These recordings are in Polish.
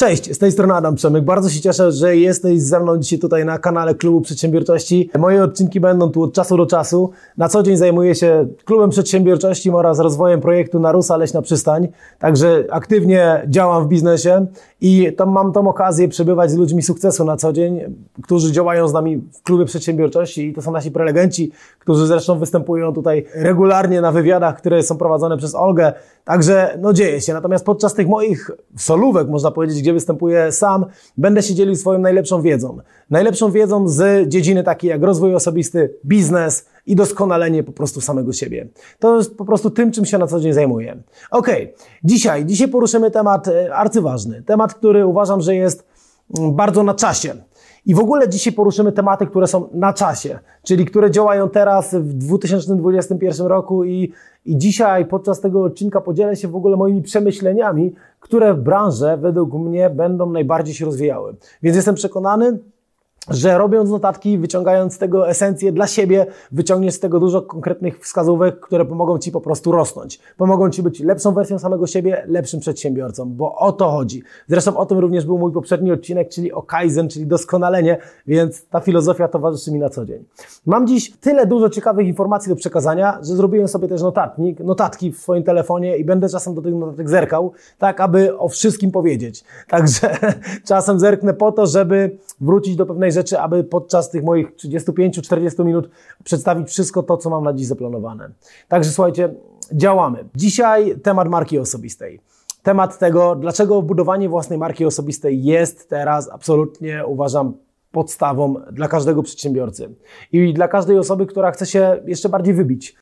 Cześć, z tej strony Adam Przemyk. Bardzo się cieszę, że jesteś ze mną dzisiaj tutaj na kanale Klubu Przedsiębiorczości. Moje odcinki będą tu od czasu do czasu. Na co dzień zajmuję się Klubem Przedsiębiorczości oraz rozwojem projektu Narusa Leśna Przystań. Także aktywnie działam w biznesie i mam tą okazję przebywać z ludźmi sukcesu na co dzień, którzy działają z nami w Klubie Przedsiębiorczości i to są nasi prelegenci, którzy zresztą występują tutaj regularnie na wywiadach, które są prowadzone przez Olgę. Także dzieje się. Natomiast podczas tych moich solówek, można powiedzieć, gdzie występuję sam, będę się dzielił swoją najlepszą wiedzą. Najlepszą wiedzą z dziedziny takiej jak rozwój osobisty, biznes i doskonalenie po prostu samego siebie. To jest po prostu tym, czym się na co dzień zajmuję. Okej, dzisiaj poruszymy temat arcyważny. Temat, który uważam, że jest bardzo na czasie. I w ogóle dzisiaj poruszymy tematy, które są na czasie, czyli które działają teraz w 2021 roku i dzisiaj podczas tego odcinka podzielę się w ogóle moimi przemyśleniami, które w branży według mnie będą najbardziej się rozwijały. Więc jestem przekonany, że robiąc notatki, wyciągając z tego esencję dla siebie, wyciągniesz z tego dużo konkretnych wskazówek, które pomogą Ci po prostu rosnąć. Pomogą Ci być lepszą wersją samego siebie, lepszym przedsiębiorcą, bo o to chodzi. Zresztą o tym również był mój poprzedni odcinek, czyli o Kaizen, czyli doskonalenie, więc ta filozofia towarzyszy mi na co dzień. Mam dziś tyle dużo ciekawych informacji do przekazania, że zrobiłem sobie też notatki w swoim telefonie i będę czasem do tych notatek zerkał, tak aby o wszystkim powiedzieć. Także czasem zerknę po to, żeby wrócić do pewnej rzeczy, aby podczas tych moich 35-40 minut przedstawić wszystko to, co mam na dziś zaplanowane. Także słuchajcie, działamy. Dzisiaj temat marki osobistej. Temat tego, dlaczego budowanie własnej marki osobistej jest teraz absolutnie, uważam, podstawą dla każdego przedsiębiorcy i dla każdej osoby, która chce się jeszcze bardziej wybić.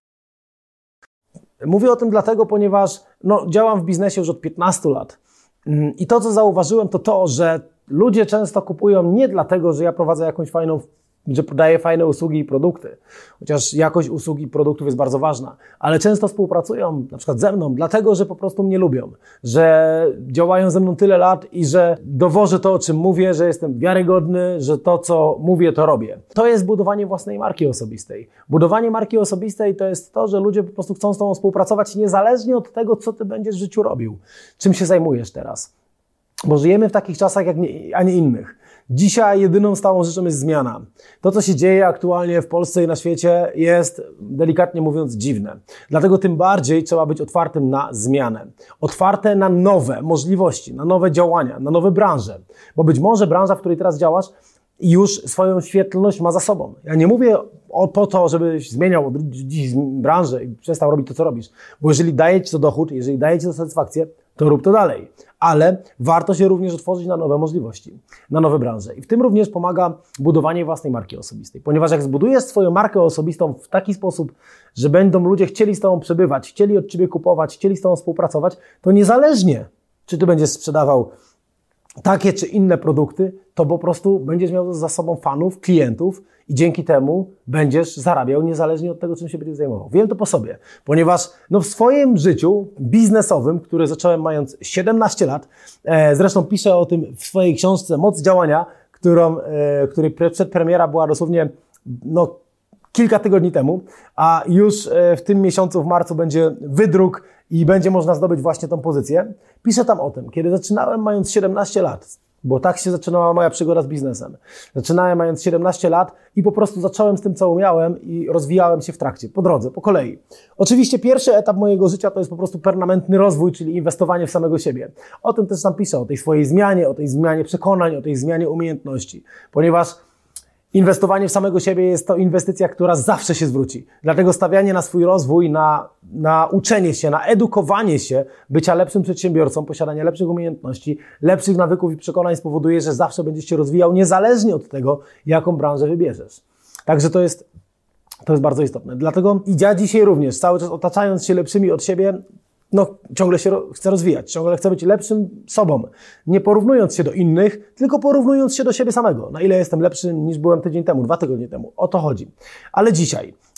Mówię o tym dlatego, ponieważ działam w biznesie już od 15 lat i to, co zauważyłem, to, że ludzie często kupują nie dlatego, że ja prowadzę jakąś fajną, że podaję fajne usługi i produkty, chociaż jakość usług i produktów jest bardzo ważna, ale często współpracują na przykład ze mną, dlatego, że po prostu mnie lubią, że działają ze mną tyle lat i że dowożę to, o czym mówię, że jestem wiarygodny, że to, co mówię, to robię. To jest budowanie własnej marki osobistej. Budowanie marki osobistej to jest to, że ludzie po prostu chcą z tobą współpracować niezależnie od tego, co ty będziesz w życiu robił, czym się zajmujesz teraz. Bo żyjemy w takich czasach, a nie innych. Dzisiaj jedyną stałą rzeczą jest zmiana. To, co się dzieje aktualnie w Polsce i na świecie, jest, delikatnie mówiąc, dziwne. Dlatego tym bardziej trzeba być otwartym na zmianę. Otwarte na nowe możliwości, na nowe działania, na nowe branże. Bo być może branża, w której teraz działasz, już swoją świetlność ma za sobą. Ja nie mówię po to, żebyś zmieniał dziś branżę i przestał robić to, co robisz. Bo jeżeli daje ci to dochód, jeżeli daje ci to satysfakcję, to rób to dalej. Ale warto się również otworzyć na nowe możliwości, na nowe branże. I w tym również pomaga budowanie własnej marki osobistej. Ponieważ jak zbudujesz swoją markę osobistą w taki sposób, że będą ludzie chcieli z tobą przebywać, chcieli od ciebie kupować, chcieli z tobą współpracować, to niezależnie, czy ty będziesz sprzedawał takie czy inne produkty, to po prostu będziesz miał za sobą fanów, klientów i dzięki temu będziesz zarabiał niezależnie od tego, czym się będziesz zajmował. Wiem to po sobie, ponieważ w swoim życiu biznesowym, które zacząłem mając 17 lat, zresztą piszę o tym w swojej książce Moc działania, której przedpremiera była dosłownie kilka tygodni temu, a już w tym miesiącu, w marcu, będzie wydruk i będzie można zdobyć właśnie tą pozycję. Piszę tam o tym, kiedy zaczynałem mając 17 lat, bo tak się zaczynała moja przygoda z biznesem. Zaczynałem mając 17 lat i po prostu zacząłem z tym, co umiałem i rozwijałem się w trakcie, po drodze, po kolei. Oczywiście pierwszy etap mojego życia to jest po prostu permanentny rozwój, czyli inwestowanie w samego siebie. O tym też tam piszę, o tej swojej zmianie, o tej zmianie przekonań, o tej zmianie umiejętności, ponieważ inwestowanie w samego siebie jest to inwestycja, która zawsze się zwróci. Dlatego stawianie na swój rozwój, na uczenie się, na edukowanie się, bycia lepszym przedsiębiorcą, posiadanie lepszych umiejętności, lepszych nawyków i przekonań spowoduje, że zawsze będziesz się rozwijał niezależnie od tego, jaką branżę wybierzesz. Także to jest bardzo istotne. Dlatego ja dzisiaj również, cały czas otaczając się lepszymi od siebie, ciągle się chcę rozwijać, ciągle chcę być lepszym sobą. Nie porównując się do innych, tylko porównując się do siebie samego. Na ile jestem lepszy niż byłem tydzień temu, 2 tygodnie temu. O to chodzi. Ale dzisiaj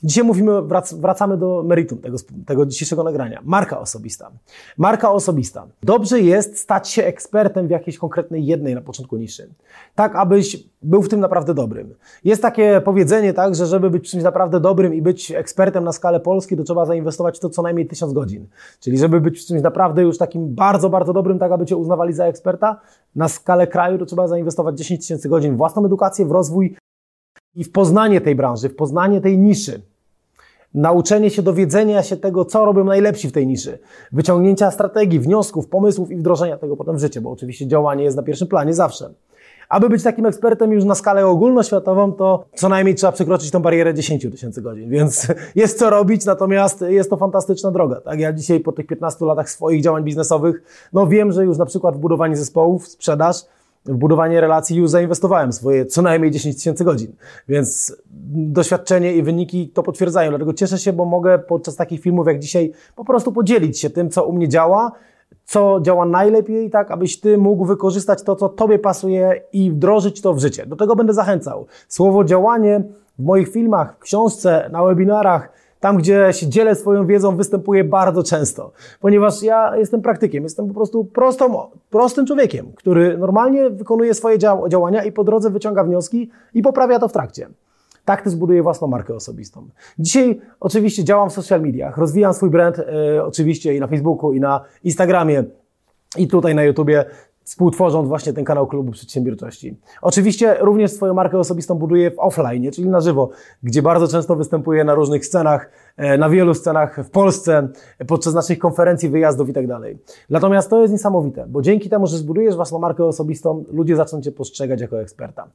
Dzisiaj wracamy do meritum tego dzisiejszego nagrania. Marka osobista. Marka osobista. Dobrze jest stać się ekspertem w jakiejś konkretnej jednej na początku niszy. Tak, abyś był w tym naprawdę dobrym. Jest takie powiedzenie, tak, że żeby być czymś naprawdę dobrym i być ekspertem na skalę Polski, to trzeba zainwestować w to co najmniej 1000 godzin. Czyli żeby być czymś naprawdę już takim bardzo, bardzo dobrym, tak aby Cię uznawali za eksperta, na skalę kraju to trzeba zainwestować 10 000 godzin w własną edukację, w rozwój i w poznanie tej branży, w poznanie tej niszy. Nauczenie się, dowiedzenia się tego, co robią najlepsi w tej niszy. Wyciągnięcia strategii, wniosków, pomysłów i wdrożenia tego potem w życie, bo oczywiście działanie jest na pierwszym planie zawsze. Aby być takim ekspertem już na skalę ogólnoświatową, to co najmniej trzeba przekroczyć tą barierę 10 000 godzin, więc jest co robić, natomiast jest to fantastyczna droga. Tak? Ja dzisiaj po tych 15 latach swoich działań biznesowych, wiem, że już na przykład w budowanie zespołów, sprzedaż, w budowanie relacji już zainwestowałem swoje co najmniej 10 000 godzin, więc doświadczenie i wyniki to potwierdzają, dlatego cieszę się, bo mogę podczas takich filmów jak dzisiaj po prostu podzielić się tym, co u mnie działa, co działa najlepiej, tak, abyś Ty mógł wykorzystać to, co Tobie pasuje i wdrożyć to w życie. Do tego będę zachęcał. Słowo działanie w moich filmach, w książce, na webinarach, tam, gdzie się dzielę swoją wiedzą, występuje bardzo często, ponieważ ja jestem praktykiem, jestem po prostu prostym człowiekiem, który normalnie wykonuje swoje działania i po drodze wyciąga wnioski i poprawia to w trakcie. Tak też buduję własną markę osobistą. Dzisiaj oczywiście działam w social mediach, rozwijam swój brand oczywiście i na Facebooku, i na Instagramie, i tutaj na YouTubie, współtworząc właśnie ten kanał Klubu Przedsiębiorczości. Oczywiście również swoją markę osobistą buduję w offline, czyli na żywo, gdzie bardzo często występuję na różnych scenach, na wielu scenach w Polsce, podczas naszych konferencji, wyjazdów i tak dalej. Natomiast to jest niesamowite, bo dzięki temu, że zbudujesz własną markę osobistą, ludzie zaczną Cię postrzegać jako eksperta.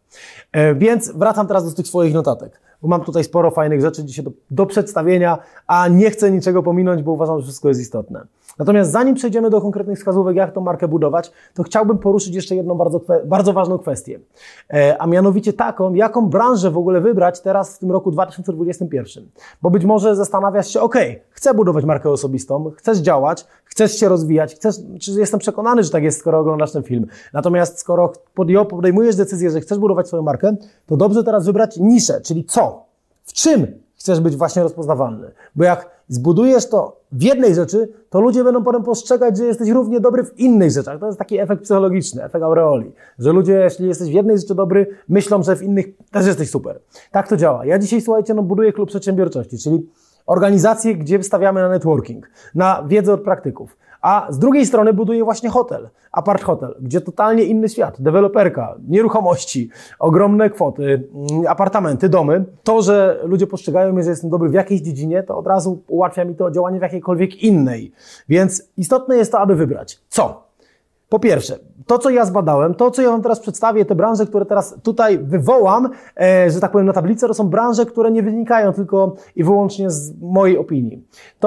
Więc wracam teraz do tych swoich notatek, bo mam tutaj sporo fajnych rzeczy dzisiaj do przedstawienia, a nie chcę niczego pominąć, bo uważam, że wszystko jest istotne. Natomiast zanim przejdziemy do konkretnych wskazówek, jak tą markę budować, to chciałbym poruszyć jeszcze jedną bardzo ważną kwestię. A mianowicie taką, jaką branżę w ogóle wybrać teraz w tym roku 2021. Bo być może zastanawiasz się, chcę budować markę osobistą, chcesz działać, chcesz się rozwijać, jestem przekonany, że tak jest, skoro oglądasz ten film. Natomiast skoro podejmujesz decyzję, że chcesz budować swoją markę, to dobrze teraz wybrać niszę, czyli co? W czym chcesz być właśnie rozpoznawalny? Bo jak zbudujesz to w jednej rzeczy, to ludzie będą potem postrzegać, że jesteś równie dobry w innych rzeczach. To jest taki efekt psychologiczny, efekt aureoli. Że ludzie, jeśli jesteś w jednej rzeczy dobry, myślą, że w innych też jesteś super. Tak to działa. Ja dzisiaj, słuchajcie, buduję Klub Przedsiębiorczości, czyli organizację, gdzie stawiamy na networking, na wiedzę od praktyków. A z drugiej strony buduję właśnie hotel, apart hotel, gdzie totalnie inny świat, deweloperka, nieruchomości, ogromne kwoty, apartamenty, domy. To, że ludzie postrzegają mnie, że jestem dobry w jakiejś dziedzinie, to od razu ułatwia mi to działanie w jakiejkolwiek innej. Więc istotne jest to, aby wybrać. Co? Po pierwsze, to co ja zbadałem, to co ja Wam teraz przedstawię, te branże, które teraz tutaj wywołam, że tak powiem na tablicę, to są branże, które nie wynikają tylko i wyłącznie z mojej opinii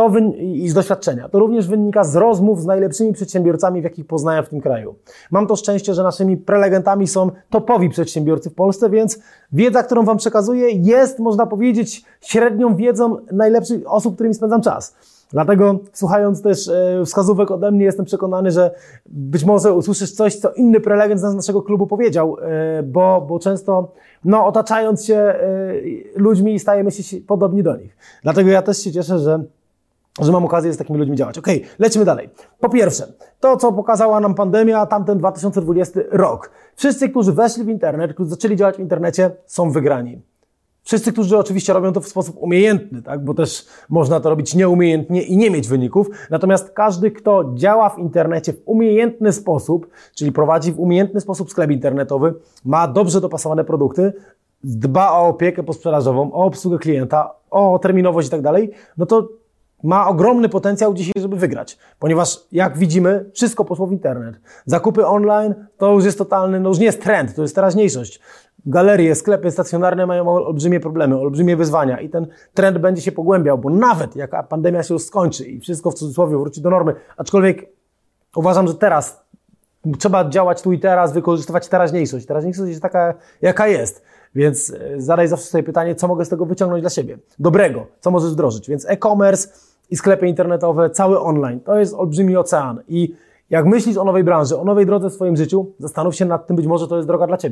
i z doświadczenia. To również wynika z rozmów z najlepszymi przedsiębiorcami, w jakich poznałem w tym kraju. Mam to szczęście, że naszymi prelegentami są topowi przedsiębiorcy w Polsce, więc wiedza, którą Wam przekazuję, jest, można powiedzieć, średnią wiedzą najlepszych osób, którymi spędzam czas. Dlatego słuchając też wskazówek ode mnie, jestem przekonany, że być może usłyszysz coś, co inny prelegent z naszego klubu powiedział, bo często otaczając się ludźmi stajemy się podobni do nich. Dlatego ja też się cieszę, że mam okazję z takimi ludźmi działać. Lecimy dalej. Po pierwsze, to co pokazała nam pandemia, tamten 2020 rok. Wszyscy, którzy weszli w internet, którzy zaczęli działać w internecie, są wygrani. Wszyscy, którzy oczywiście robią to w sposób umiejętny, tak? Bo też można to robić nieumiejętnie i nie mieć wyników. Natomiast każdy, kto działa w internecie w umiejętny sposób, czyli prowadzi w umiejętny sposób sklep internetowy, ma dobrze dopasowane produkty, dba o opiekę posprzedażową, o obsługę klienta, o terminowość i tak dalej, to ma ogromny potencjał dzisiaj, żeby wygrać. Ponieważ jak widzimy, wszystko poszło w internet. Zakupy online to już jest totalny, już nie jest trend, to jest teraźniejszość. Galerie, sklepy stacjonarne mają olbrzymie problemy, olbrzymie wyzwania i ten trend będzie się pogłębiał, bo nawet jak pandemia się już skończy i wszystko w cudzysłowie wróci do normy, aczkolwiek uważam, że teraz trzeba działać tu i teraz, wykorzystywać teraźniejszość. Teraźniejszość jest taka, jaka jest. Więc zadaj zawsze sobie pytanie, co mogę z tego wyciągnąć dla siebie. Dobrego, co możesz wdrożyć. Więc e-commerce i sklepy internetowe, cały online, to jest olbrzymi ocean. I jak myślisz o nowej branży, o nowej drodze w swoim życiu, zastanów się nad tym, być może to jest droga dla Ciebie.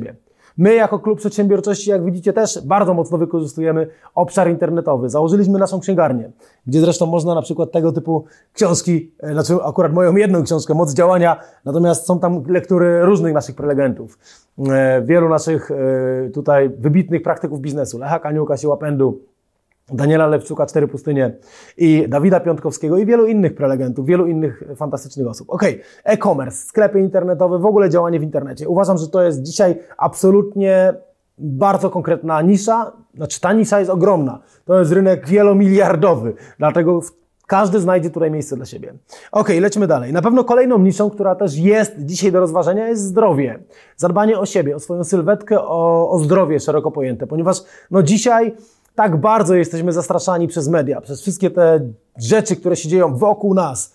My jako Klub Przedsiębiorczości, jak widzicie, też bardzo mocno wykorzystujemy obszar internetowy. Założyliśmy naszą księgarnię, gdzie zresztą można na przykład tego typu książki, znaczy akurat moją jedną książkę, Moc działania, natomiast są tam lektury różnych naszych prelegentów. Wielu naszych tutaj wybitnych praktyków biznesu, Lecha Kaniuka, Siła Pędu, Daniela Lewczuka, 4 pustynie i Dawida Piątkowskiego i wielu innych prelegentów, wielu innych fantastycznych osób. Okej, e-commerce, sklepy internetowe, w ogóle działanie w internecie. Uważam, że to jest dzisiaj absolutnie bardzo konkretna nisza, znaczy ta nisza jest ogromna. To jest rynek wielomiliardowy, dlatego każdy znajdzie tutaj miejsce dla siebie. Okej, lecimy dalej. Na pewno kolejną niszą, która też jest dzisiaj do rozważenia, jest zdrowie. Zadbanie o siebie, o swoją sylwetkę, o zdrowie szeroko pojęte, ponieważ dzisiaj tak bardzo jesteśmy zastraszani przez media, przez wszystkie te rzeczy, które się dzieją wokół nas,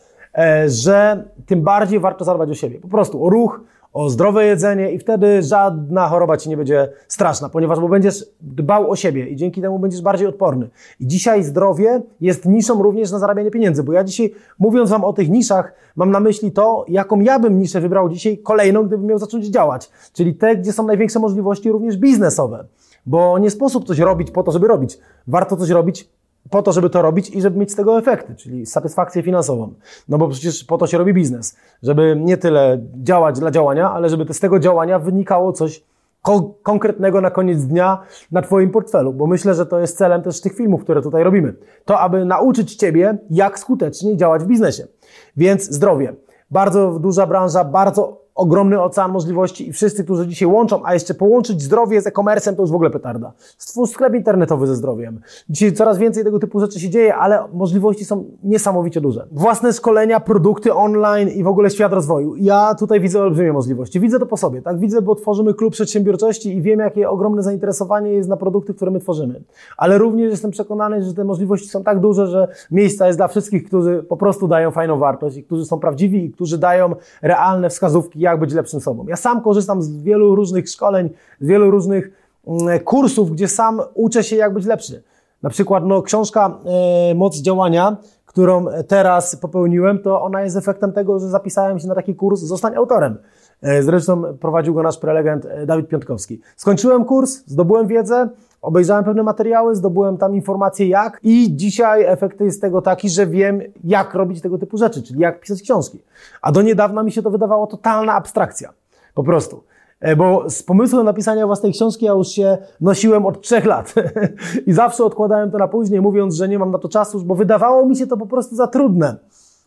że tym bardziej warto zadbać o siebie. Po prostu o ruch, o zdrowe jedzenie i wtedy żadna choroba Ci nie będzie straszna, ponieważ będziesz dbał o siebie i dzięki temu będziesz bardziej odporny. I dzisiaj zdrowie jest niszą również na zarabianie pieniędzy, bo ja dzisiaj, mówiąc Wam o tych niszach, mam na myśli to, jaką ja bym niszę wybrał dzisiaj kolejną, gdybym miał zacząć działać. Czyli te, gdzie są największe możliwości również biznesowe. Bo nie sposób coś robić po to, żeby robić. Warto coś robić po to, żeby to robić i żeby mieć z tego efekty, czyli satysfakcję finansową. No bo przecież po to się robi biznes. Żeby nie tyle działać dla działania, ale żeby z tego działania wynikało coś konkretnego na koniec dnia na Twoim portfelu. Bo myślę, że to jest celem też tych filmów, które tutaj robimy. To, aby nauczyć Ciebie, jak skutecznie działać w biznesie. Więc zdrowie. Bardzo duża branża, bardzo ogromny ocean możliwości i wszyscy, którzy dzisiaj łączą, a jeszcze połączyć zdrowie z e-commerce'em, to już w ogóle petarda. Stwórz sklep internetowy ze zdrowiem. Dzisiaj coraz więcej tego typu rzeczy się dzieje, ale możliwości są niesamowicie duże. Własne szkolenia, produkty online i w ogóle świat rozwoju. Ja tutaj widzę olbrzymie możliwości. Widzę to po sobie, tak? Widzę, bo tworzymy Klub Przedsiębiorczości i wiem, jakie ogromne zainteresowanie jest na produkty, które my tworzymy. Ale również jestem przekonany, że te możliwości są tak duże, że miejsca jest dla wszystkich, którzy po prostu dają fajną wartość i którzy są prawdziwi i którzy dają realne wskazówki, jak być lepszym sobą. Ja sam korzystam z wielu różnych szkoleń, z wielu różnych kursów, gdzie sam uczę się, jak być lepszy. Na przykład książka Moc działania, którą teraz popełniłem, to ona jest efektem tego, że zapisałem się na taki kurs Zostań autorem. Zresztą prowadził go nasz prelegent Dawid Piątkowski. Skończyłem kurs, zdobyłem wiedzę, obejrzałem pewne materiały, zdobyłem tam informacje jak i dzisiaj efekt jest tego taki, że wiem, jak robić tego typu rzeczy, czyli jak pisać książki. A do niedawna mi się to wydawało totalna abstrakcja. Po prostu. Bo z pomysłem napisania własnej książki ja już się nosiłem od 3 lat. I zawsze odkładałem to na później, mówiąc, że nie mam na to czasu, bo wydawało mi się to po prostu za trudne.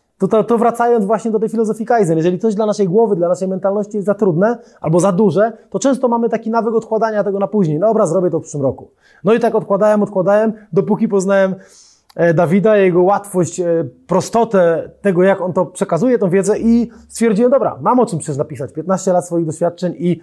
To wracając właśnie do tej filozofii Kaizen, jeżeli coś dla naszej głowy, dla naszej mentalności jest za trudne albo za duże, to często mamy taki nawyk odkładania tego na później. Dobra, zrobię to w przyszłym roku. No i tak odkładałem, dopóki poznałem Dawida, jego łatwość, prostotę tego, jak on to przekazuje, tą wiedzę i stwierdziłem, dobra, mam o czym przecież napisać. 15 lat swoich doświadczeń i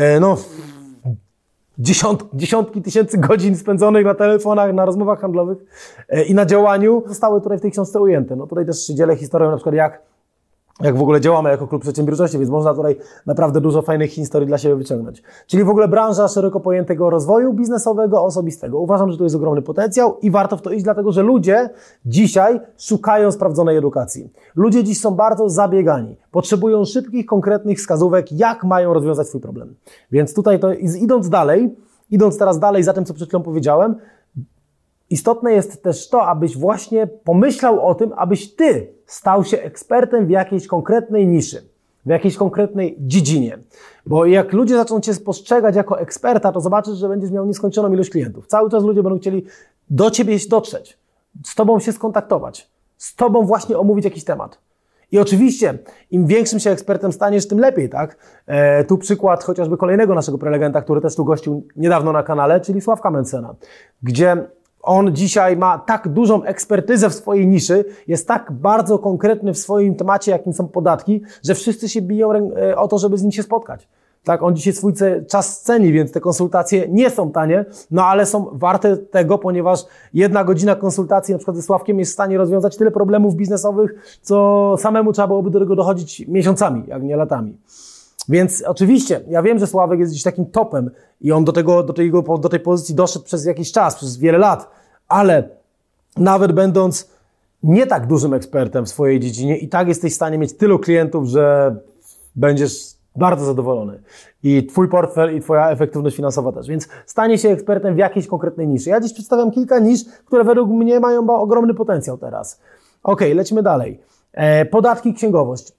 dziesiątki tysięcy godzin spędzonych na telefonach, na rozmowach handlowych i na działaniu zostały tutaj w tej książce ujęte. No tutaj też się dzielę historią, na przykład jak w ogóle działamy jako Klub Przedsiębiorczości, więc można tutaj naprawdę dużo fajnych historii dla siebie wyciągnąć. Czyli w ogóle branża szeroko pojętego rozwoju biznesowego, osobistego. Uważam, że tu jest ogromny potencjał i warto w to iść, dlatego że ludzie dzisiaj szukają sprawdzonej edukacji. Ludzie dziś są bardzo zabiegani. Potrzebują szybkich, konkretnych wskazówek, jak mają rozwiązać swój problem. Więc tutaj idąc teraz dalej za tym, co przed chwilą powiedziałem, istotne jest też to, abyś właśnie pomyślał o tym, abyś Ty stał się ekspertem w jakiejś konkretnej niszy, w jakiejś konkretnej dziedzinie. Bo jak ludzie zaczną Cię postrzegać jako eksperta, to zobaczysz, że będziesz miał nieskończoną ilość klientów. Cały czas ludzie będą chcieli do Ciebie dotrzeć, z Tobą się skontaktować, z Tobą właśnie omówić jakiś temat. I oczywiście, im większym się ekspertem staniesz, tym lepiej, tak? Tu przykład chociażby kolejnego naszego prelegenta, który też tu gościł niedawno na kanale, czyli Sławka Mencena, gdzie on dzisiaj ma tak dużą ekspertyzę w swojej niszy, jest tak bardzo konkretny w swoim temacie, jakim są podatki, że wszyscy się biją o to, żeby z nim się spotkać. Tak, on dzisiaj swój czas ceni, więc te konsultacje nie są tanie, no ale są warte tego, ponieważ 1 godzina konsultacji na przykład ze Sławkiem jest w stanie rozwiązać tyle problemów biznesowych, co samemu trzeba byłoby do tego dochodzić miesiącami, jak nie latami. Więc oczywiście, ja wiem, że Sławek jest gdzieś takim topem i on do tej pozycji doszedł przez jakiś czas, przez wiele lat, ale nawet będąc nie tak dużym ekspertem w swojej dziedzinie i tak jesteś w stanie mieć tylu klientów, że będziesz Bardzo zadowolony. I Twój portfel i Twoja efektywność finansowa też. Więc stanie się ekspertem w jakiejś konkretnej niszy. Ja dziś przedstawiam kilka nisz, które według mnie mają ogromny potencjał teraz. Okej, lecimy dalej. Podatki, księgowość.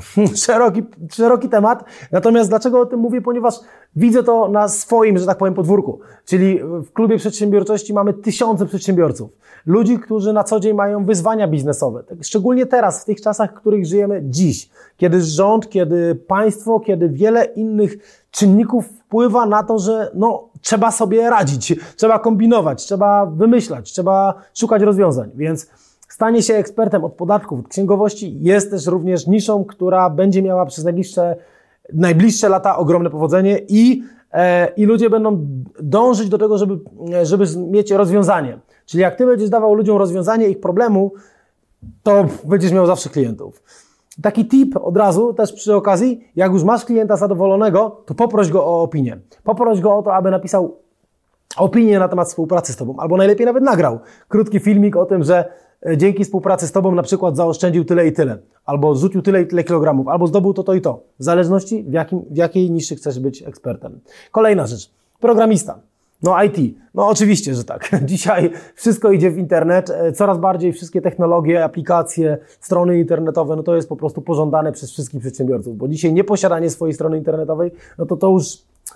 Szeroki temat. Natomiast dlaczego o tym mówię? Ponieważ widzę to na swoim, że tak powiem, podwórku. Czyli w klubie przedsiębiorczości mamy tysiące przedsiębiorców. Ludzi, którzy na co dzień mają wyzwania biznesowe. Szczególnie teraz, w tych czasach, w których żyjemy dziś. Kiedy rząd, kiedy państwo, kiedy wiele innych czynników wpływa na to, że trzeba sobie radzić, trzeba kombinować, trzeba wymyślać, trzeba szukać rozwiązań. Więc stanie się ekspertem od podatków, od księgowości jest też również niszą, która będzie miała przez najbliższe lata ogromne powodzenie i ludzie będą dążyć do tego, żeby mieć rozwiązanie. Czyli jak Ty będziesz dawał ludziom rozwiązanie ich problemu, to będziesz miał zawsze klientów. Taki tip od razu, też przy okazji, jak już masz klienta zadowolonego, to poproś go o opinię. Poproś go o to, aby napisał opinię na temat współpracy z Tobą, albo najlepiej nawet nagrał krótki filmik o tym, że dzięki współpracy z Tobą na przykład zaoszczędził tyle i tyle, albo zrzucił tyle i tyle kilogramów, albo zdobył to i to. W zależności w jakiej niszy chcesz być ekspertem. Kolejna rzecz. Programista. IT. Oczywiście, że tak. Dzisiaj wszystko idzie w internet. Coraz bardziej wszystkie technologie, aplikacje, strony internetowe, to jest po prostu pożądane przez wszystkich przedsiębiorców, bo dzisiaj nieposiadanie swojej strony internetowej, to już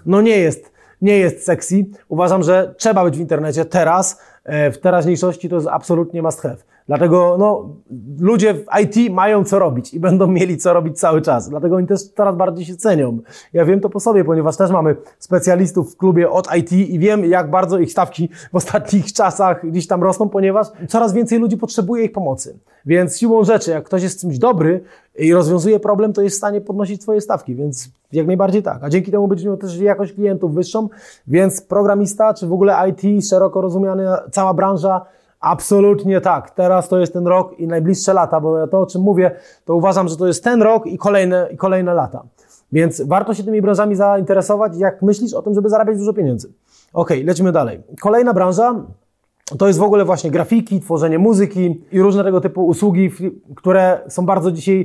nie jest sexy. Uważam, że trzeba być w internecie teraz. W teraźniejszości to jest absolutnie must have. Dlatego ludzie w IT mają co robić i będą mieli co robić cały czas. Dlatego oni też coraz bardziej się cenią. Ja wiem to po sobie, ponieważ też mamy specjalistów w klubie od IT i wiem, jak bardzo ich stawki w ostatnich czasach gdzieś tam rosną, ponieważ coraz więcej ludzi potrzebuje ich pomocy. Więc siłą rzeczy, jak ktoś jest w czymś dobry i rozwiązuje problem, to jest w stanie podnosić swoje stawki, więc jak najbardziej tak. A dzięki temu będziesz miał też jakość klientów wyższą, więc programista, czy w ogóle IT, szeroko rozumiana cała branża, absolutnie tak. Teraz to jest ten rok i najbliższe lata, bo ja to, o czym mówię, to uważam, że to jest ten rok i kolejne lata. Więc warto się tymi branżami zainteresować, jak myślisz o tym, żeby zarabiać dużo pieniędzy. Okej, lecimy dalej. Kolejna branża to jest w ogóle właśnie grafiki, tworzenie muzyki i różne tego typu usługi, które są bardzo dzisiaj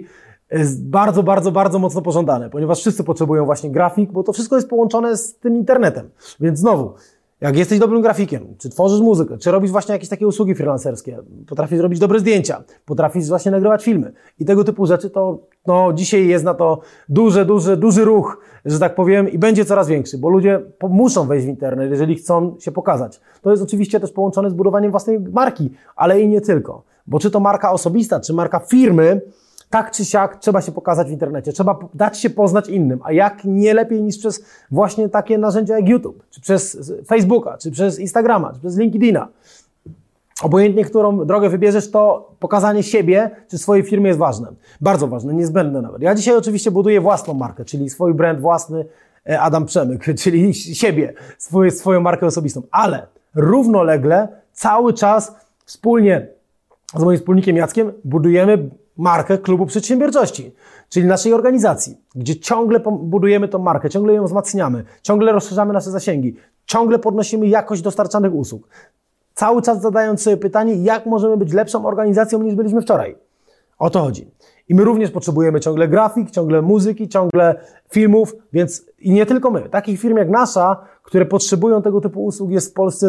bardzo mocno pożądane, ponieważ wszyscy potrzebują właśnie grafik, bo to wszystko jest połączone z tym internetem. Więc znowu, jak jesteś dobrym grafikiem, czy tworzysz muzykę, czy robisz właśnie jakieś takie usługi freelancerskie, potrafisz robić dobre zdjęcia, potrafisz właśnie nagrywać filmy i tego typu rzeczy, to dzisiaj jest na to duży ruch, że tak powiem, i będzie coraz większy, bo ludzie muszą wejść w internet, jeżeli chcą się pokazać. To jest oczywiście też połączone z budowaniem własnej marki, ale i nie tylko, bo czy to marka osobista, czy marka firmy, tak czy siak trzeba się pokazać w internecie, trzeba dać się poznać innym, a jak nie lepiej niż przez właśnie takie narzędzia jak YouTube, czy przez Facebooka, czy przez Instagrama, czy przez LinkedIna. Obojętnie, którą drogę wybierzesz, to pokazanie siebie czy swojej firmy jest ważne. Bardzo ważne, niezbędne nawet. Ja dzisiaj oczywiście buduję własną markę, czyli swój brand własny, Adam Przemyk, czyli siebie, swoją markę osobistą, ale równolegle cały czas wspólnie z moim wspólnikiem Jackiem budujemy markę Klubu Przedsiębiorczości, czyli naszej organizacji, gdzie ciągle budujemy tą markę, ciągle ją wzmacniamy, ciągle rozszerzamy nasze zasięgi, ciągle podnosimy jakość dostarczanych usług. Cały czas zadając sobie pytanie, jak możemy być lepszą organizacją niż byliśmy wczoraj. O to chodzi. I my również potrzebujemy ciągle grafik, ciągle muzyki, ciągle filmów, więc i nie tylko my. Takich firm jak nasza, które potrzebują tego typu usług, jest w Polsce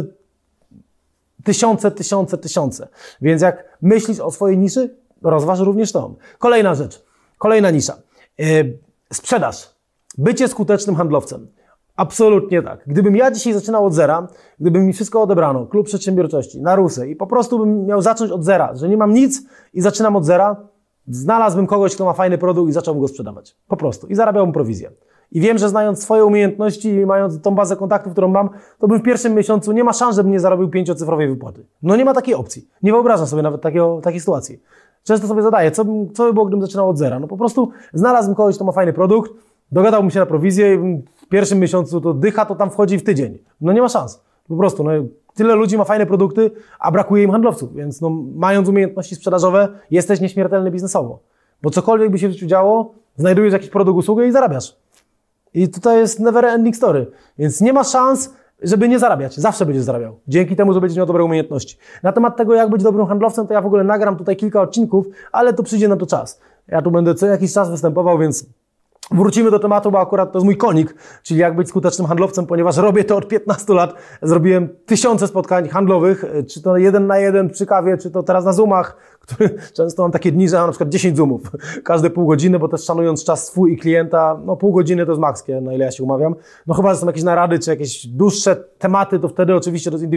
tysiące. Więc jak myślisz o swojej niszy, rozważ również to. Kolejna rzecz, kolejna nisza. Sprzedaż. Bycie skutecznym handlowcem. Absolutnie tak. Gdybym ja dzisiaj zaczynał od zera, gdyby mi wszystko odebrano, klub przedsiębiorczości, na rusę i po prostu bym miał zacząć od zera, że nie mam nic i zaczynam od zera, znalazłbym kogoś, kto ma fajny produkt i zacząłbym go sprzedawać. Po prostu. I zarabiałbym prowizję. I wiem, że znając swoje umiejętności i mając tą bazę kontaktów, którą mam, to bym w pierwszym miesiącu nie ma szans, żebym nie zarobił 5-cyfrowej wypłaty. Nie ma takiej opcji. Nie wyobrażam sobie nawet takiej sytuacji. Często sobie zadaję, co by było, gdybym zaczynał od zera? Po prostu znalazłbym kogoś, kto ma fajny produkt, dogadałbym się na prowizję i w pierwszym miesiącu to dycha, to tam wchodzi w tydzień. Nie ma szans. Po prostu, tyle ludzi ma fajne produkty, a brakuje im handlowców, więc mając umiejętności sprzedażowe, jesteś nieśmiertelny biznesowo. Bo cokolwiek by się w życiu działo, znajdujesz jakiś produkt, usługę i zarabiasz. I tutaj jest never ending story. Więc nie ma szans, żeby nie zarabiać. Zawsze będziesz zarabiał. Dzięki temu, że będziesz miał dobre umiejętności. Na temat tego, jak być dobrym handlowcem, to ja w ogóle nagram tutaj kilka odcinków, ale to przyjdzie na to czas. Ja tu będę co jakiś czas występował, więc Wrócimy do tematu, bo akurat to jest mój konik, czyli jak być skutecznym handlowcem, ponieważ robię to od 15 lat. Zrobiłem tysiące spotkań handlowych, czy to 1 na 1 przy kawie, czy to teraz na Zoomach, który często mam takie dni, że mam na przykład 10 Zoomów każde pół godziny, bo też szanując czas swój i klienta, no pół godziny to jest maks, na ile ja się umawiam. No chyba, że są jakieś narady, czy jakieś dłuższe tematy, to wtedy oczywiście to jest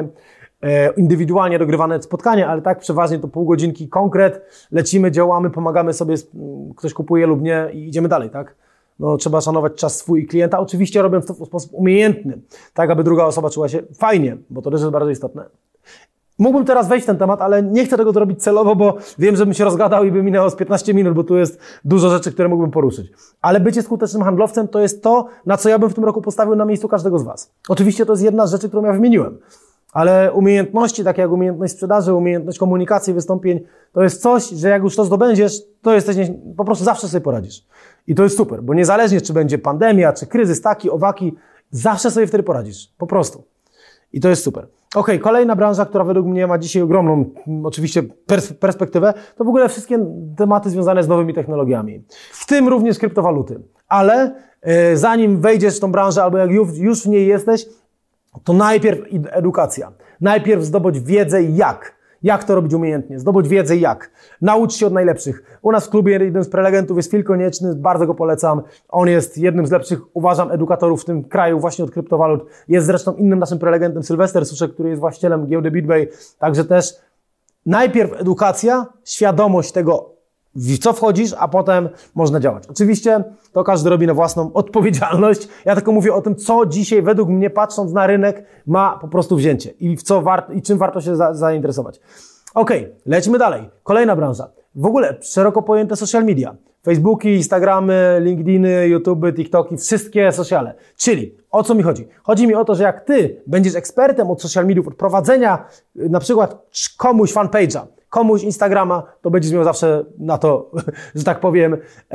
indywidualnie dogrywane spotkanie, ale tak przeważnie to pół godzinki konkret, lecimy, działamy, pomagamy sobie, ktoś kupuje lub nie i idziemy dalej, tak? No, trzeba szanować czas swój i klienta, oczywiście robiąc to w sposób umiejętny, tak aby druga osoba czuła się fajnie, bo to też jest bardzo istotne. Mógłbym teraz wejść w ten temat, ale nie chcę tego zrobić celowo, bo wiem, że bym się rozgadał i by minęło z 15 minut, bo tu jest dużo rzeczy, które mógłbym poruszyć. Ale bycie skutecznym handlowcem to jest to, na co ja bym w tym roku postawił na miejscu każdego z Was. Oczywiście to jest jedna z rzeczy, którą ja wymieniłem. Ale umiejętności, takie jak umiejętność sprzedaży, umiejętność komunikacji, wystąpień, to jest coś, że jak już to zdobędziesz, to jesteś, po prostu zawsze sobie poradzisz. I to jest super, bo niezależnie czy będzie pandemia, czy kryzys taki, owaki, zawsze sobie wtedy poradzisz. Po prostu. I to jest super. Okej, kolejna branża, która według mnie ma dzisiaj ogromną, oczywiście, perspektywę, to w ogóle wszystkie tematy związane z nowymi technologiami. W tym również kryptowaluty. Ale zanim wejdziesz w tą branżę, albo jak już w niej jesteś, to najpierw edukacja. Najpierw zdobyć wiedzę jak to robić umiejętnie, zdobyć wiedzę jak. Naucz się od najlepszych. U nas w klubie jeden z prelegentów jest Phil Konieczny, bardzo go polecam. On jest jednym z lepszych, uważam, edukatorów w tym kraju właśnie od kryptowalut. Jest zresztą innym naszym prelegentem Sylwester Suszek, który jest właścicielem giełdy BitBay. Także też najpierw edukacja, świadomość tego, w co wchodzisz, a potem można działać. Oczywiście to każdy robi na własną odpowiedzialność. Ja tylko mówię o tym, co dzisiaj według mnie, patrząc na rynek, ma po prostu wzięcie i czym warto się zainteresować. Okej, lećmy dalej. Kolejna branża. W ogóle szeroko pojęte social media. Facebooki, Instagramy, LinkedIny, YouTube, TikToki, wszystkie sociale. Czyli o co mi chodzi? Chodzi mi o to, że jak ty będziesz ekspertem od social mediów, od prowadzenia na przykład komuś fanpage'a, komuś Instagrama, to będziesz miał zawsze na to, że tak powiem,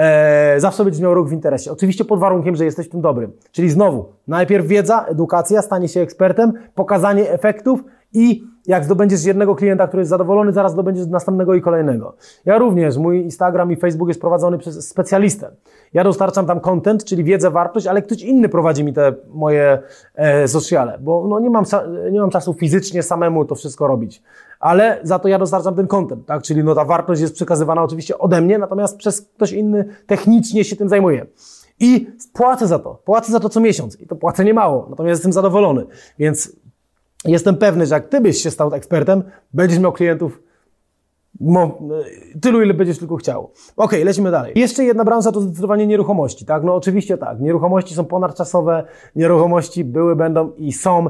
zawsze będziesz miał róg w interesie. Oczywiście pod warunkiem, że jesteś w tym dobrym. Czyli znowu, najpierw wiedza, edukacja, stanie się ekspertem, pokazanie efektów i jak zdobędziesz jednego klienta, który jest zadowolony, zaraz zdobędziesz następnego i kolejnego. Ja również, mój Instagram i Facebook jest prowadzony przez specjalistę. Ja dostarczam tam content, czyli wiedzę, wartość, ale ktoś inny prowadzi mi te moje sociale, bo no, nie mam czasu fizycznie samemu to wszystko robić. Ale za to ja dostarczam ten content, tak? Czyli no ta wartość jest przekazywana oczywiście ode mnie, natomiast przez ktoś inny technicznie się tym zajmuje. I płacę za to co miesiąc i to płacę niemało, natomiast jestem zadowolony, więc jestem pewny, że jak ty byś się stał ekspertem, będziesz miał klientów tylu, ile będziesz tylko chciał. Okej, lecimy dalej. Jeszcze jedna branża to zdecydowanie nieruchomości, tak? No oczywiście tak, nieruchomości są ponadczasowe, nieruchomości były, będą i są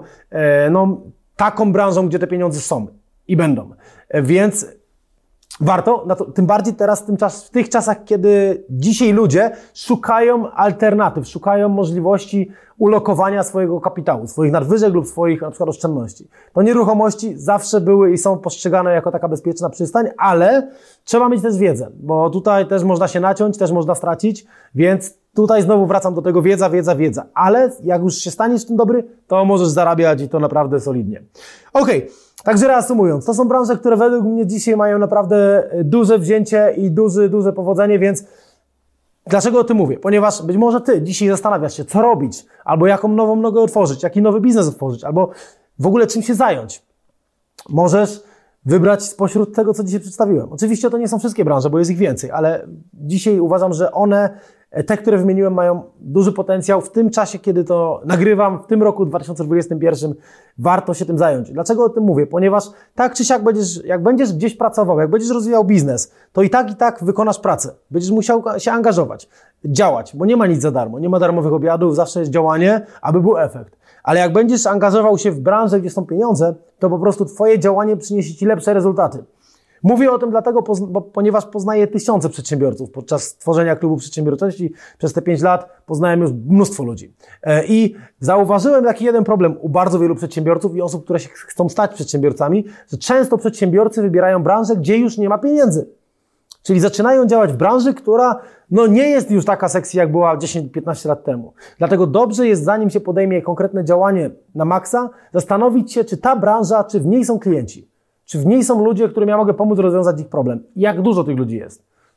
taką branżą, gdzie te pieniądze są i będą. Więc warto, tym bardziej teraz w tych czasach, kiedy dzisiaj ludzie szukają alternatyw, szukają możliwości ulokowania swojego kapitału, swoich nadwyżek lub swoich na przykład oszczędności. To nieruchomości zawsze były i są postrzegane jako taka bezpieczna przystań, ale trzeba mieć też wiedzę, bo tutaj też można się naciąć, też można stracić, więc tutaj znowu wracam do tego wiedza, ale jak już się staniesz w tym dobry, to możesz zarabiać i to naprawdę solidnie. Okej. Także reasumując, to są branże, które według mnie dzisiaj mają naprawdę duże wzięcie i duże powodzenie, więc dlaczego o tym mówię? Ponieważ być może ty dzisiaj zastanawiasz się, co robić, albo jaką nową nogę otworzyć, jaki nowy biznes otworzyć, albo w ogóle czym się zająć. Możesz wybrać spośród tego, co dzisiaj przedstawiłem. Oczywiście to nie są wszystkie branże, bo jest ich więcej, ale dzisiaj uważam, że te, które wymieniłem, mają duży potencjał. W tym czasie, kiedy to nagrywam, w tym roku 2021, warto się tym zająć. Dlaczego o tym mówię? Ponieważ tak czy siak jak będziesz gdzieś pracował, jak będziesz rozwijał biznes, to i tak wykonasz pracę. Będziesz musiał się angażować, działać, bo nie ma nic za darmo. Nie ma darmowych obiadów, zawsze jest działanie, aby był efekt. Ale jak będziesz angażował się w branżę, gdzie są pieniądze, to po prostu twoje działanie przyniesie ci lepsze rezultaty. Mówię o tym dlatego, ponieważ poznaję tysiące przedsiębiorców. Podczas tworzenia klubu przedsiębiorczości przez te 5 lat poznałem już mnóstwo ludzi. I zauważyłem taki jeden problem u bardzo wielu przedsiębiorców i osób, które się chcą stać przedsiębiorcami, że często przedsiębiorcy wybierają branżę, gdzie już nie ma pieniędzy. Czyli zaczynają działać w branży, która nie jest już taka sexy, jak była 10-15 lat temu. Dlatego dobrze jest, zanim się podejmie konkretne działanie na maksa, zastanowić się, czy ta branża, czy w niej są klienci. Czy w niej są ludzie, którym ja mogę pomóc rozwiązać ich problem? Jak dużo tych ludzi jest?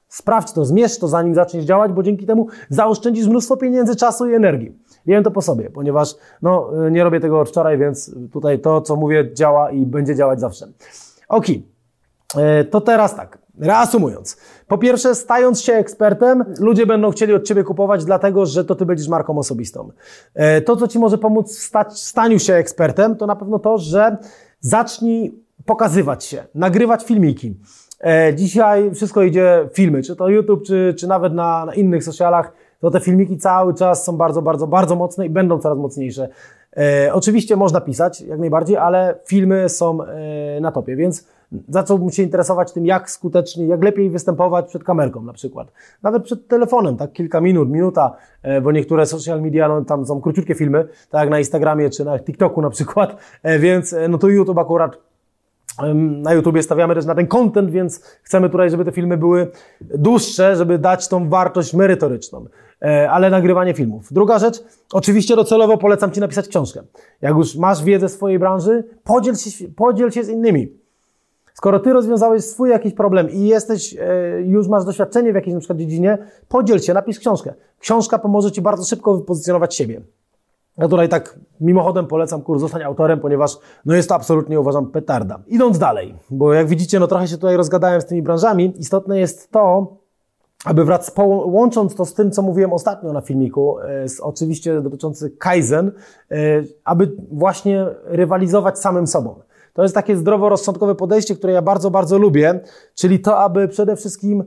Sprawdź to, zmierz to, zanim zaczniesz działać, bo dzięki temu zaoszczędzisz mnóstwo pieniędzy, czasu i energii. Wiem to po sobie, ponieważ nie robię tego od wczoraj, więc tutaj to, co mówię, działa i będzie działać zawsze. To teraz tak, reasumując. Po pierwsze, stając się ekspertem, ludzie będą chcieli od Ciebie kupować, dlatego, że to Ty będziesz marką osobistą. To, co Ci może pomóc w staniu się ekspertem, to na pewno to, że zacznij pokazywać się, nagrywać filmiki. Dzisiaj wszystko idzie filmy, czy to YouTube, czy nawet na innych socialach, to te filmiki cały czas są bardzo, bardzo, bardzo mocne i będą coraz mocniejsze. Oczywiście można pisać, jak najbardziej, ale filmy są na topie, więc zacząłbym się interesować tym, jak skutecznie, jak lepiej występować przed kamerką na przykład. Nawet przed telefonem, tak kilka minut, minuta, bo niektóre social media, tam są króciutkie filmy, tak jak na Instagramie czy na TikToku na przykład, więc to YouTube akurat, na YouTubie stawiamy też na ten content, więc chcemy tutaj, żeby te filmy były dłuższe, żeby dać tą wartość merytoryczną, ale nagrywanie filmów. Druga rzecz, oczywiście docelowo polecam Ci napisać książkę. Jak już masz wiedzę w swojej branży, podziel się z innymi. Skoro Ty rozwiązałeś swój jakiś problem i już masz doświadczenie w jakiejś na przykład dziedzinie, podziel się, napisz książkę. Książka pomoże Ci bardzo szybko wypozycjonować siebie. Ja tutaj tak mimochodem polecam kurs Zostań autorem, ponieważ jest to absolutnie, uważam, petarda. Idąc dalej, bo jak widzicie, trochę się tutaj rozgadałem z tymi branżami, istotne jest to, aby łącząc to z tym, co mówiłem ostatnio na filmiku, oczywiście dotyczący Kaizen, aby właśnie rywalizować samym sobą. To jest takie zdroworozsądkowe podejście, które ja bardzo, bardzo lubię, czyli to, aby przede wszystkim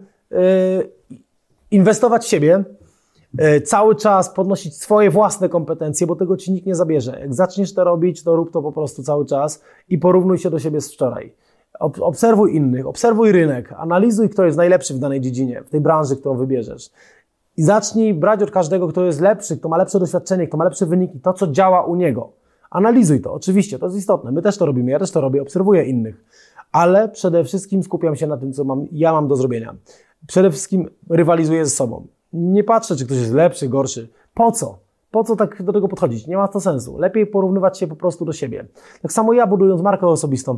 inwestować w siebie, cały czas podnosić swoje własne kompetencje, bo tego Ci nikt nie zabierze. Jak zaczniesz to robić, to rób to po prostu cały czas i porównuj się do siebie z wczoraj. Obserwuj innych, obserwuj rynek, analizuj, kto jest najlepszy w danej dziedzinie, w tej branży, którą wybierzesz. I zacznij brać od każdego, kto jest lepszy, kto ma lepsze doświadczenie, kto ma lepsze wyniki, to, co działa u niego. Analizuj to, oczywiście, to jest istotne. My też to robimy, ja też to robię, obserwuję innych. Ale przede wszystkim skupiam się na tym, co ja mam do zrobienia. Przede wszystkim rywalizuję ze sobą. Nie patrzę, czy ktoś jest lepszy, gorszy. Po co? Po co tak do tego podchodzić? Nie ma to sensu. Lepiej porównywać się po prostu do siebie. Tak samo ja, budując markę osobistą,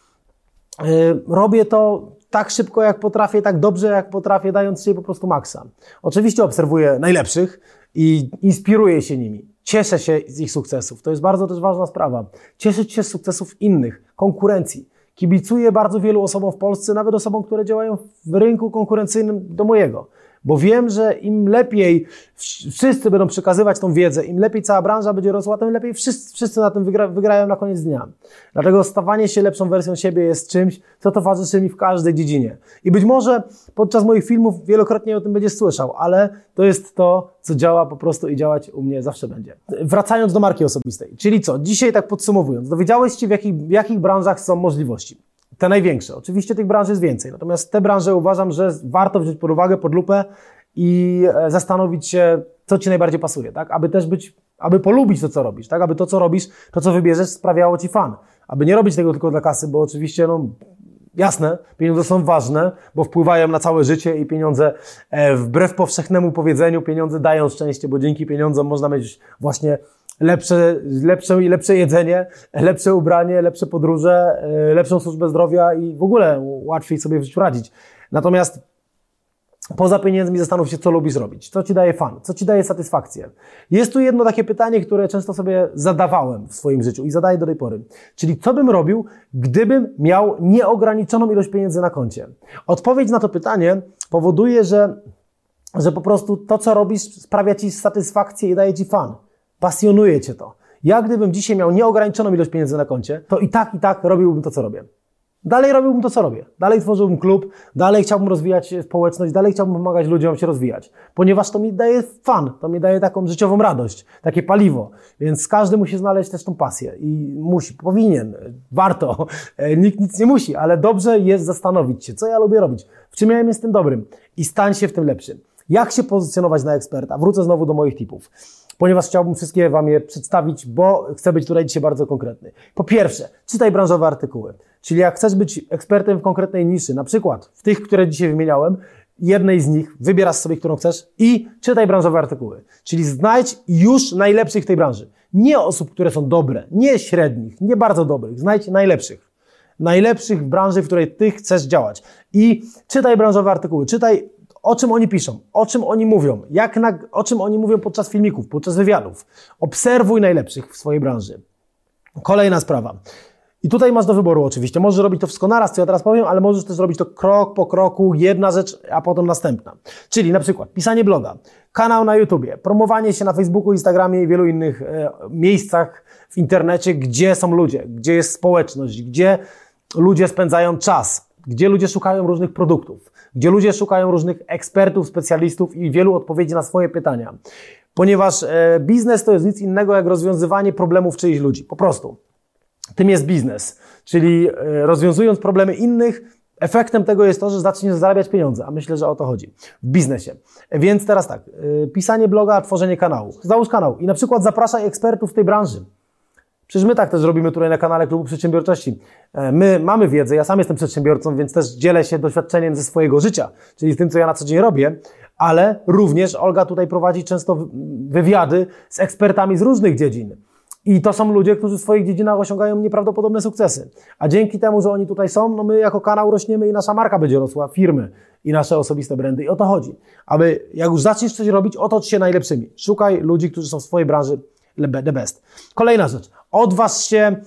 robię to tak szybko, jak potrafię, tak dobrze, jak potrafię, dając się po prostu maksa. Oczywiście obserwuję najlepszych i inspiruję się nimi. Cieszę się z ich sukcesów. To jest bardzo też ważna sprawa. Cieszyć się z sukcesów innych, konkurencji. Kibicuję bardzo wielu osobom w Polsce, nawet osobom, które działają w rynku konkurencyjnym do mojego. Bo wiem, że im lepiej wszyscy będą przekazywać tą wiedzę, im lepiej cała branża będzie rosła, tym lepiej wszyscy na tym wygrają na koniec dnia. Dlatego stawanie się lepszą wersją siebie jest czymś, co towarzyszy mi w każdej dziedzinie. I być może podczas moich filmów wielokrotnie o tym będziesz słyszał, ale to jest to, co działa po prostu i działać u mnie zawsze będzie. Wracając do marki osobistej, czyli co? Dzisiaj tak podsumowując, dowiedziałeś się w jakich branżach są możliwości. Te największe. Oczywiście tych branż jest więcej, natomiast te branże uważam, że warto wziąć pod uwagę, pod lupę i zastanowić się, co Ci najbardziej pasuje, tak? Aby polubić to, co robisz, tak? Aby to, co robisz, to, co wybierzesz, sprawiało Ci fan. Aby nie robić tego tylko dla kasy, bo oczywiście, jasne, pieniądze są ważne, bo wpływają na całe życie i pieniądze, wbrew powszechnemu powiedzeniu, pieniądze dają szczęście, bo dzięki pieniądzom można mieć właśnie lepsze jedzenie, lepsze ubranie, lepsze podróże, lepszą służbę zdrowia i w ogóle łatwiej sobie w życiu radzić. Natomiast poza pieniędzmi zastanów się, co lubisz robić, co Ci daje fan, co Ci daje satysfakcję. Jest tu jedno takie pytanie, które często sobie zadawałem w swoim życiu i zadaję do tej pory. Czyli co bym robił, gdybym miał nieograniczoną ilość pieniędzy na koncie? Odpowiedź na to pytanie powoduje, że po prostu to, co robisz, sprawia Ci satysfakcję i daje Ci fan. Pasjonuje Cię to. Ja gdybym dzisiaj miał nieograniczoną ilość pieniędzy na koncie, to i tak robiłbym to, co robię. Dalej robiłbym to, co robię. Dalej tworzyłbym klub, dalej chciałbym rozwijać społeczność, dalej chciałbym pomagać ludziom się rozwijać. Ponieważ to mi daje fan, to mi daje taką życiową radość, takie paliwo. Więc każdy musi znaleźć też tą pasję. I powinien, warto. Nikt nic nie musi, ale dobrze jest zastanowić się, co ja lubię robić, w czym ja jestem dobrym i stań się w tym lepszym. Jak się pozycjonować na eksperta? Wrócę znowu do moich tipów, ponieważ chciałbym wszystkie Wam je przedstawić, bo chcę być tutaj dzisiaj bardzo konkretny. Po pierwsze, czytaj branżowe artykuły. Czyli jak chcesz być ekspertem w konkretnej niszy, na przykład w tych, które dzisiaj wymieniałem, jednej z nich, wybierasz sobie, którą chcesz i czytaj branżowe artykuły. Czyli znajdź już najlepszych w tej branży. Nie osób, które są dobre, nie średnich, nie bardzo dobrych. Znajdź najlepszych. Najlepszych w branży, w której Ty chcesz działać. I czytaj branżowe artykuły. Czytaj o czym oni piszą, o czym oni mówią, o czym oni mówią podczas filmików, podczas wywiadów. Obserwuj najlepszych w swojej branży. Kolejna sprawa. I tutaj masz do wyboru oczywiście. Możesz robić to wszystko naraz, co ja teraz powiem, ale możesz też robić to krok po kroku, jedna rzecz, a potem następna. Czyli na przykład pisanie bloga, kanał na YouTubie, promowanie się na Facebooku, Instagramie i wielu innych miejscach w internecie, gdzie są ludzie, gdzie jest społeczność, gdzie ludzie spędzają czas, gdzie ludzie szukają różnych produktów, gdzie ludzie szukają różnych ekspertów, specjalistów i wielu odpowiedzi na swoje pytania. Ponieważ biznes to jest nic innego jak rozwiązywanie problemów czyichś ludzi. Po prostu. Tym jest biznes. Czyli rozwiązując problemy innych, efektem tego jest to, że zaczniesz zarabiać pieniądze. A myślę, że o to chodzi w biznesie. Więc teraz tak. Pisanie bloga, tworzenie kanału. Załóż kanał i na przykład zapraszaj ekspertów w tej branży. Przecież my tak też robimy tutaj na kanale Klubu Przedsiębiorczości. My mamy wiedzę, ja sam jestem przedsiębiorcą, więc też dzielę się doświadczeniem ze swojego życia, czyli z tym, co ja na co dzień robię, ale również Olga tutaj prowadzi często wywiady z ekspertami z różnych dziedzin. I to są ludzie, którzy w swoich dziedzinach osiągają nieprawdopodobne sukcesy. A dzięki temu, że oni tutaj są, no my jako kanał rośniemy i nasza marka będzie rosła, firmy i nasze osobiste brandy. I o to chodzi. Aby jak już zaczniesz coś robić, otocz się najlepszymi. Szukaj ludzi, którzy są w swojej branży the best. Kolejna rzecz. Odważ się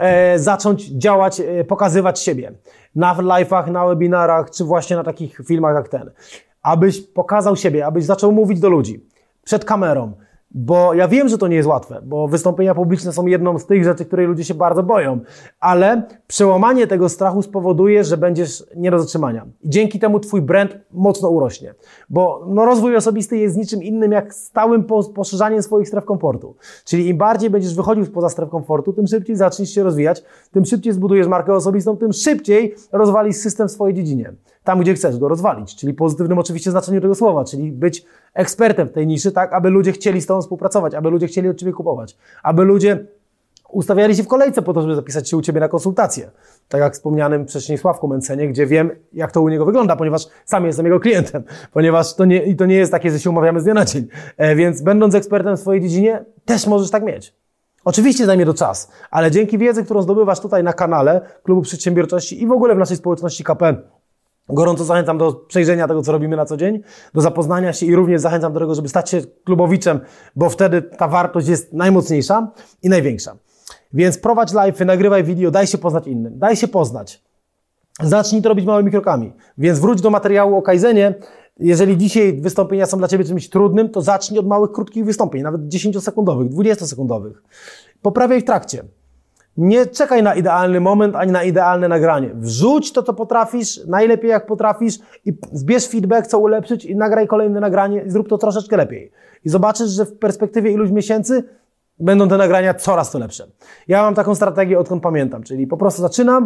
zacząć działać, pokazywać siebie. Na live'ach, na webinarach, czy właśnie na takich filmach jak ten. Abyś pokazał siebie, abyś zaczął mówić do ludzi. Przed kamerą. Bo ja wiem, że to nie jest łatwe, bo wystąpienia publiczne są jedną z tych rzeczy, której ludzie się bardzo boją, ale przełamanie tego strachu spowoduje, że będziesz nie do zatrzymania. I dzięki temu twój brand mocno urośnie, bo rozwój osobisty jest niczym innym jak stałym poszerzaniem swoich stref komfortu. Czyli im bardziej będziesz wychodził spoza stref komfortu, tym szybciej zaczniesz się rozwijać, tym szybciej zbudujesz markę osobistą, tym szybciej rozwalisz system w swojej dziedzinie. Tam, gdzie chcesz go rozwalić, czyli pozytywnym oczywiście znaczeniu tego słowa, czyli być ekspertem w tej niszy, tak, aby ludzie chcieli z tobą współpracować, aby ludzie chcieli od ciebie kupować, aby ludzie ustawiali się w kolejce po to, żeby zapisać się u ciebie na konsultację. Tak jak wspomnianym wcześniej Sławku Mencenie, gdzie wiem, jak to u niego wygląda, ponieważ sam jestem jego klientem, ponieważ to nie jest takie, że się umawiamy z dnia na dzień. Więc będąc ekspertem w swojej dziedzinie, też możesz tak mieć. Oczywiście zajmie to czas, ale dzięki wiedzy, którą zdobywasz tutaj na kanale Klubu Przedsiębiorczości i w ogóle w naszej społeczności KP, gorąco zachęcam do przejrzenia tego, co robimy na co dzień, do zapoznania się i również zachęcam do tego, żeby stać się klubowiczem, bo wtedy ta wartość jest najmocniejsza i największa. Więc prowadź live'y, nagrywaj video, daj się poznać innym, daj się poznać. Zacznij to robić małymi krokami. Więc wróć do materiału o Kaizenie. Jeżeli dzisiaj wystąpienia są dla ciebie czymś trudnym, to zacznij od małych, krótkich wystąpień, nawet 10-sekundowych, 20-sekundowych. Poprawiaj w trakcie. Nie czekaj na idealny moment, ani na idealne nagranie. Wrzuć to, co potrafisz, najlepiej jak potrafisz i zbierz feedback, co ulepszyć i nagraj kolejne nagranie i zrób to troszeczkę lepiej. I zobaczysz, że w perspektywie iluś miesięcy będą te nagrania coraz to lepsze. Ja mam taką strategię, odkąd pamiętam, czyli po prostu zaczynam,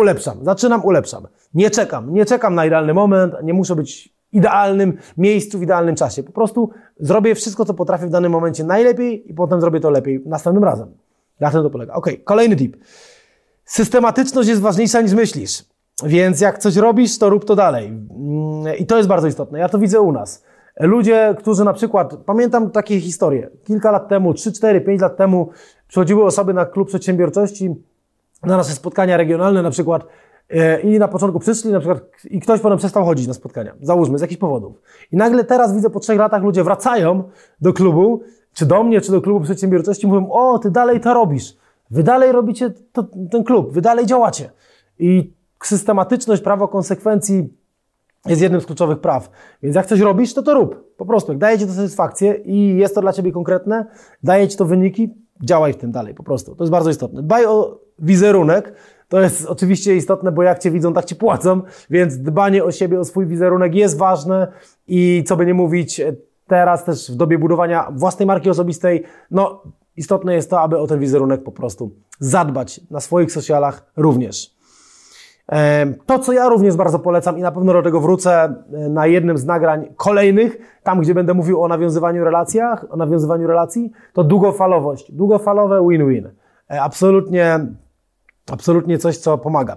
ulepszam. Nie czekam na idealny moment, nie muszę być w idealnym miejscu, w idealnym czasie. Po prostu zrobię wszystko, co potrafię w danym momencie najlepiej i potem zrobię to lepiej następnym razem. Na tym to polega. Kolejny tip. Systematyczność jest ważniejsza niż myślisz. Więc jak coś robisz, to rób to dalej. I to jest bardzo istotne. Ja to widzę u nas. Ludzie, którzy na przykład, pamiętam takie historie, kilka lat temu, 3, 4, 5 lat temu przychodziły osoby na Klub Przedsiębiorczości, na nasze spotkania regionalne na przykład i na początku przyszli na przykład i ktoś potem przestał chodzić na spotkania. Załóżmy, z jakichś powodów. I nagle teraz widzę, po 3 latach ludzie wracają do klubu, czy do mnie, czy do Klubu Przedsiębiorczości, mówią, o, ty dalej to robisz. Wy dalej robicie ten klub, wy dalej działacie. I systematyczność, prawo konsekwencji jest jednym z kluczowych praw. Więc jak coś robisz, to rób. Po prostu, jak daje ci to satysfakcję i jest to dla ciebie konkretne, daje ci to wyniki, działaj w tym dalej, po prostu. To jest bardzo istotne. Dbaj o wizerunek. To jest oczywiście istotne, bo jak cię widzą, tak ci płacą, więc dbanie o siebie, o swój wizerunek jest ważne i co by nie mówić, teraz też w dobie budowania własnej marki osobistej, istotne jest to, aby o ten wizerunek po prostu zadbać na swoich socialach również. To, co ja również bardzo polecam i na pewno do tego wrócę na jednym z nagrań kolejnych, tam gdzie będę mówił o nawiązywaniu relacji, to długofalowość. Długofalowe win-win. Absolutnie coś, co pomaga.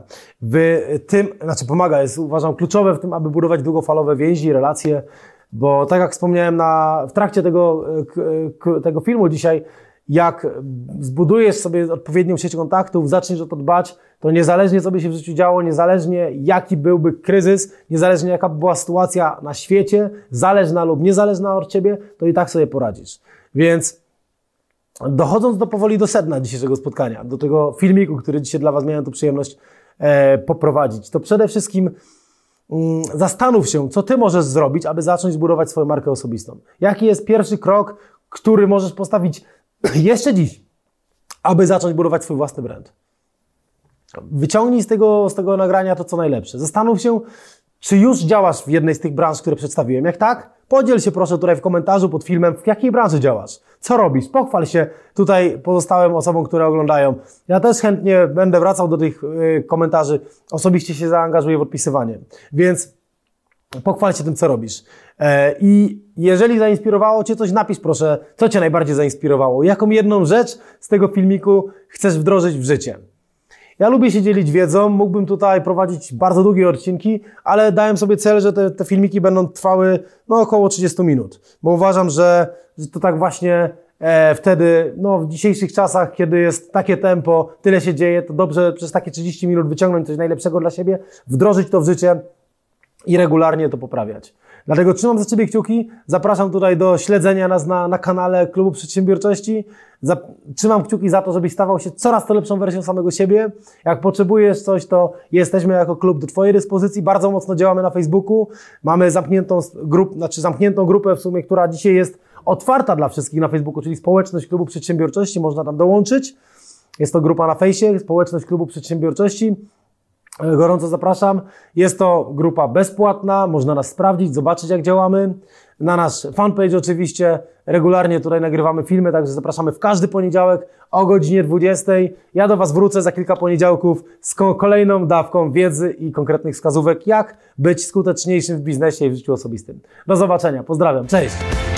Pomaga, jest uważam kluczowe w tym, aby budować długofalowe więzi, relacje, bo tak jak wspomniałem w trakcie tego filmu dzisiaj, jak zbudujesz sobie odpowiednią sieć kontaktów, zaczniesz o to dbać, to niezależnie co by się w życiu działo, niezależnie jaki byłby kryzys, niezależnie jaka by była sytuacja na świecie, zależna lub niezależna od Ciebie, to i tak sobie poradzisz. Więc dochodząc powoli do sedna dzisiejszego spotkania, do tego filmiku, który dzisiaj dla Was miałem tu przyjemność poprowadzić, to przede wszystkim zastanów się, co Ty możesz zrobić, aby zacząć budować swoją markę osobistą. Jaki jest pierwszy krok, który możesz postawić jeszcze dziś, aby zacząć budować swój własny brand. Wyciągnij z tego nagrania to, co najlepsze. Zastanów się, czy już działasz w jednej z tych branż, które przedstawiłem. Jak tak, podziel się proszę tutaj w komentarzu pod filmem, w jakiej branży działasz, co robisz. Pochwal się tutaj pozostałym osobom, które oglądają. Ja też chętnie będę wracał do tych komentarzy. Osobiście się zaangażuję w odpisywanie. Więc pochwal się tym, co robisz. I jeżeli zainspirowało Cię coś, napisz proszę, co Cię najbardziej zainspirowało. Jaką jedną rzecz z tego filmiku chcesz wdrożyć w życie. Ja lubię się dzielić wiedzą, mógłbym tutaj prowadzić bardzo długie odcinki, ale dałem sobie cel, że te filmiki będą trwały około 30 minut, bo uważam, że to tak właśnie wtedy, w dzisiejszych czasach, kiedy jest takie tempo, tyle się dzieje, to dobrze przez takie 30 minut wyciągnąć coś najlepszego dla siebie, wdrożyć to w życie i regularnie to poprawiać. Dlatego trzymam za Ciebie kciuki, zapraszam tutaj do śledzenia nas na kanale Klubu Przedsiębiorczości. Trzymam kciuki za to, żebyś stawał się coraz to lepszą wersją samego siebie. Jak potrzebujesz coś, to jesteśmy jako klub do Twojej dyspozycji. Bardzo mocno działamy na Facebooku. Mamy zamkniętą grupę w sumie, która dzisiaj jest otwarta dla wszystkich na Facebooku, czyli społeczność Klubu Przedsiębiorczości. Można tam dołączyć. Jest to grupa na fejsie, społeczność Klubu Przedsiębiorczości. Gorąco zapraszam. Jest to grupa bezpłatna, można nas sprawdzić, zobaczyć jak działamy. Na nasz fanpage oczywiście regularnie tutaj nagrywamy filmy, także zapraszamy w każdy poniedziałek o godzinie 20. Ja do Was wrócę za kilka poniedziałków z kolejną dawką wiedzy i konkretnych wskazówek, jak być skuteczniejszym w biznesie i w życiu osobistym. Do zobaczenia, pozdrawiam, cześć!